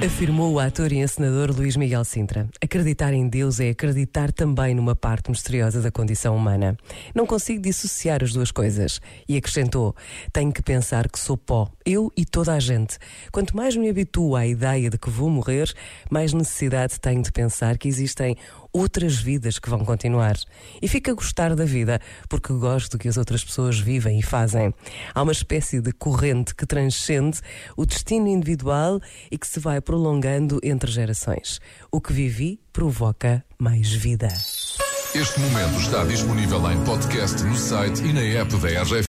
Afirmou o ator e encenador Luís Miguel Sintra. Acreditar em Deus é acreditar também numa parte misteriosa da condição humana. Não consigo dissociar as duas coisas. E acrescentou: tenho que pensar que sou pó, eu e toda a gente. Quanto mais me habituo à ideia de que vou morrer, mais necessidade tenho de pensar que existem outras vidas que vão continuar. E fico a gostar da vida, porque gosto do que as outras pessoas vivem e fazem. Há uma espécie de corrente que transcende o destino individual e que se vai prolongando entre gerações. O que vivi provoca mais vida. Este momento está disponível em podcast no site e na app da RGF.